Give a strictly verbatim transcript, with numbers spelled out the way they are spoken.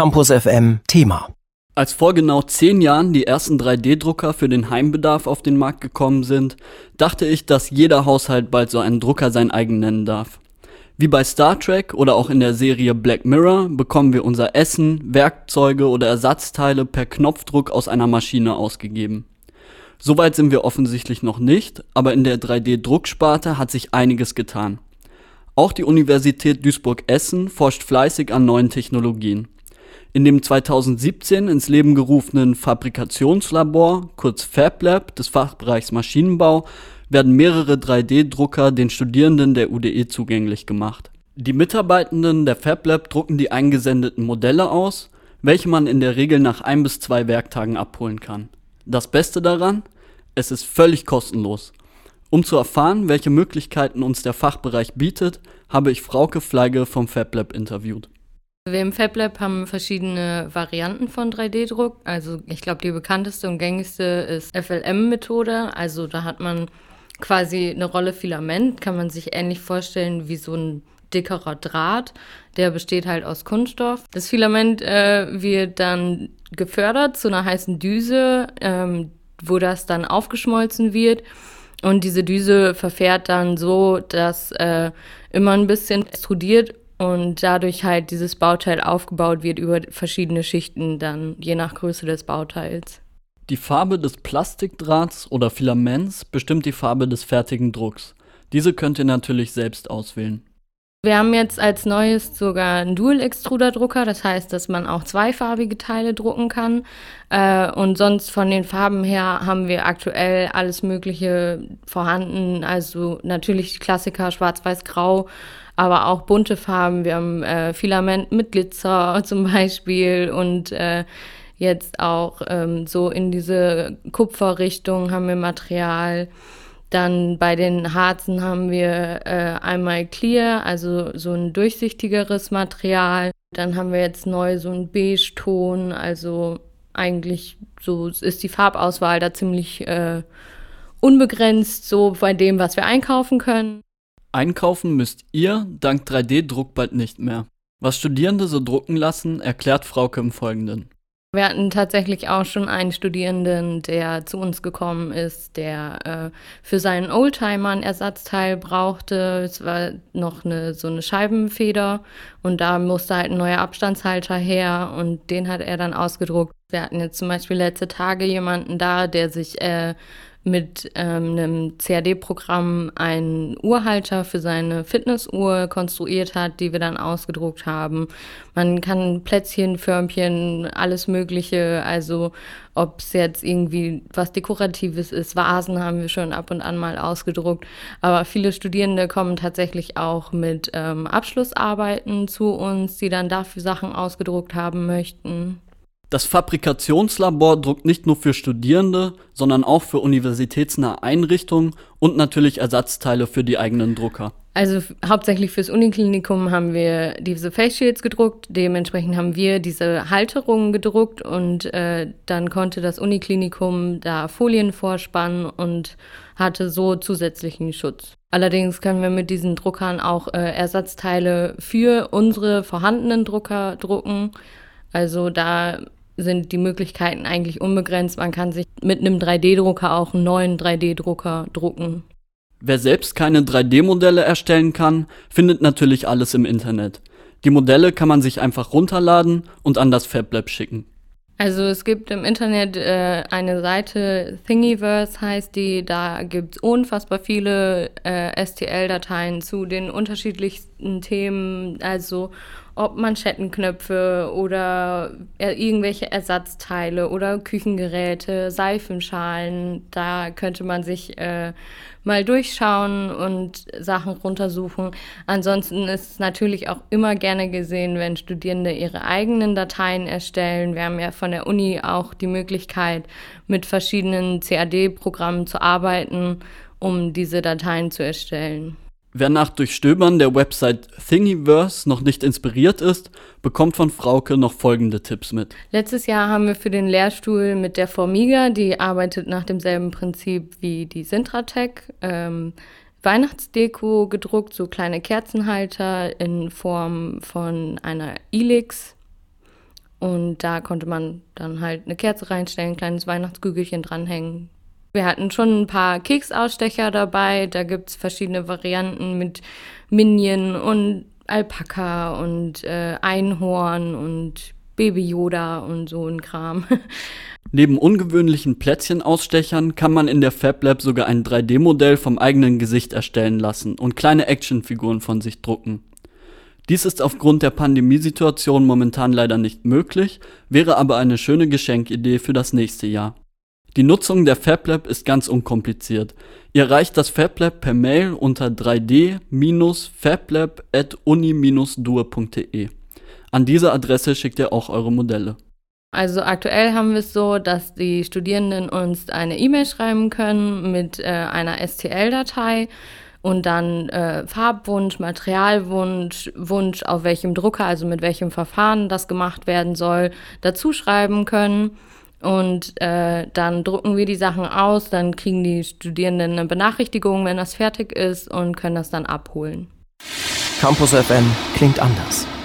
Campus F M Thema. Als vor genau zehn Jahren die ersten drei D Drucker für den Heimbedarf auf den Markt gekommen sind, dachte ich, dass jeder Haushalt bald so einen Drucker sein eigen nennen darf. Wie bei Star Trek oder auch in der Serie Black Mirror bekommen wir unser Essen, Werkzeuge oder Ersatzteile per Knopfdruck aus einer Maschine ausgegeben. Soweit sind wir offensichtlich noch nicht, aber in der drei D Drucksparte hat sich einiges getan. Auch die Universität Duisburg-Essen forscht fleißig an neuen Technologien. In dem zweitausendsiebzehn ins Leben gerufenen Fabrikationslabor, kurz FabLab, des Fachbereichs Maschinenbau, werden mehrere drei D Drucker den Studierenden der U D E zugänglich gemacht. Die Mitarbeitenden der FabLab drucken die eingesendeten Modelle aus, welche man in der Regel nach ein bis zwei Werktagen abholen kann. Das Beste daran? Es ist völlig kostenlos. Um zu erfahren, welche Möglichkeiten uns der Fachbereich bietet, habe ich Frauke Fleige vom FabLab interviewt. Wir im FabLab haben verschiedene Varianten von drei D Druck. Also ich glaube, die bekannteste und gängigste ist F L M-Methode. Also da hat man quasi eine Rolle Filament, kann man sich ähnlich vorstellen wie so ein dickerer Draht. Der besteht halt aus Kunststoff. Das Filament äh, wird dann gefördert zu einer heißen Düse, ähm, wo das dann aufgeschmolzen wird. Und diese Düse verfährt dann so, dass äh, immer ein bisschen extrudiert und dadurch halt dieses Bauteil aufgebaut wird über verschiedene Schichten, dann je nach Größe des Bauteils. Die Farbe des Plastikdrahts oder Filaments bestimmt die Farbe des fertigen Drucks. Diese könnt ihr natürlich selbst auswählen. Wir haben jetzt als neues sogar einen Dual-Extruder-Drucker, das heißt, dass man auch zweifarbige Teile drucken kann. Äh, und sonst von den Farben her haben wir aktuell alles Mögliche vorhanden. Also natürlich Klassiker Schwarz-Weiß-Grau, aber auch bunte Farben. Wir haben äh, Filament mit Glitzer zum Beispiel und äh, jetzt auch ähm, so in diese Kupferrichtung haben wir Material. Dann bei den Harzen haben wir äh, einmal Clear, also so ein durchsichtigeres Material. Dann haben wir jetzt neu so einen Beige-Ton, also eigentlich so ist die Farbauswahl da ziemlich äh, unbegrenzt, so bei dem, was wir einkaufen können. Einkaufen müsst ihr dank drei D Druck bald nicht mehr. Was Studierende so drucken lassen, erklärt Frauke im Folgenden. Wir hatten tatsächlich auch schon einen Studierenden, der zu uns gekommen ist, der äh, für seinen Oldtimer ein Ersatzteil brauchte. Es war noch eine, so eine Scheibenfeder und da musste halt ein neuer Abstandshalter her und den hat er dann ausgedruckt. Wir hatten jetzt zum Beispiel letzte Tage jemanden da, der sich äh, mit ähm, einem C A D-Programm einen Uhrhalter für seine Fitnessuhr konstruiert hat, die wir dann ausgedruckt haben. Man kann Plätzchen, Förmchen, alles Mögliche, also ob es jetzt irgendwie was Dekoratives ist, Vasen haben wir schon ab und an mal ausgedruckt, aber viele Studierende kommen tatsächlich auch mit ähm, Abschlussarbeiten zu uns, die dann dafür Sachen ausgedruckt haben möchten. Das Fabrikationslabor druckt nicht nur für Studierende, sondern auch für universitätsnahe Einrichtungen und natürlich Ersatzteile für die eigenen Drucker. Also f- hauptsächlich fürs Uniklinikum haben wir diese Face Shields gedruckt, dementsprechend haben wir diese Halterungen gedruckt und äh, dann konnte das Uniklinikum da Folien vorspannen und hatte so zusätzlichen Schutz. Allerdings können wir mit diesen Druckern auch äh, Ersatzteile für unsere vorhandenen Drucker drucken. Also da sind die Möglichkeiten eigentlich unbegrenzt. Man kann sich mit einem drei D Drucker auch einen neuen drei D Drucker drucken. Wer selbst keine drei D Modelle erstellen kann, findet natürlich alles im Internet. Die Modelle kann man sich einfach runterladen und an das FabLab schicken. Also es gibt im Internet äh, eine Seite, Thingiverse heißt die, da gibt es unfassbar viele äh, S T L-Dateien zu den unterschiedlichsten Themen, also ob Manschettenknöpfe oder äh, irgendwelche Ersatzteile oder Küchengeräte, Seifenschalen, da könnte man sich äh, mal durchschauen und Sachen runtersuchen. Ansonsten ist es natürlich auch immer gerne gesehen, wenn Studierende ihre eigenen Dateien erstellen. Wir haben ja von der Uni auch die Möglichkeit, mit verschiedenen C A D-Programmen zu arbeiten, um diese Dateien zu erstellen. Wer nach Durchstöbern der Website Thingiverse noch nicht inspiriert ist, bekommt von Frauke noch folgende Tipps mit. Letztes Jahr haben wir für den Lehrstuhl mit der Formiga, die arbeitet nach demselben Prinzip wie die Sintratec, ähm, Weihnachtsdeko gedruckt, so kleine Kerzenhalter in Form von einer Ilix. Und da konnte man dann halt eine Kerze reinstellen, ein kleines Weihnachtskügelchen dranhängen. Wir hatten schon ein paar Keksausstecher dabei. Da gibt es verschiedene Varianten mit Minion und Alpaka und äh, Einhorn und Baby Yoda und so ein Kram. Neben ungewöhnlichen Plätzchenausstechern kann man in der FabLab sogar ein drei D Modell vom eigenen Gesicht erstellen lassen und kleine Actionfiguren von sich drucken. Dies ist aufgrund der Pandemiesituation momentan leider nicht möglich, wäre aber eine schöne Geschenkidee für das nächste Jahr. Die Nutzung der FabLab ist ganz unkompliziert. Ihr erreicht das FabLab per Mail unter drei d fablab at uni due punkt de. An diese Adresse schickt ihr auch eure Modelle. Also aktuell haben wir es so, dass die Studierenden uns eine E-Mail schreiben können mit äh, einer S T L-Datei und dann äh, Farbwunsch, Materialwunsch, Wunsch auf welchem Drucker, also mit welchem Verfahren das gemacht werden soll, dazu schreiben können. Und äh, dann drucken wir die Sachen aus, dann kriegen die Studierenden eine Benachrichtigung, wenn das fertig ist und können das dann abholen. Campus F M klingt anders.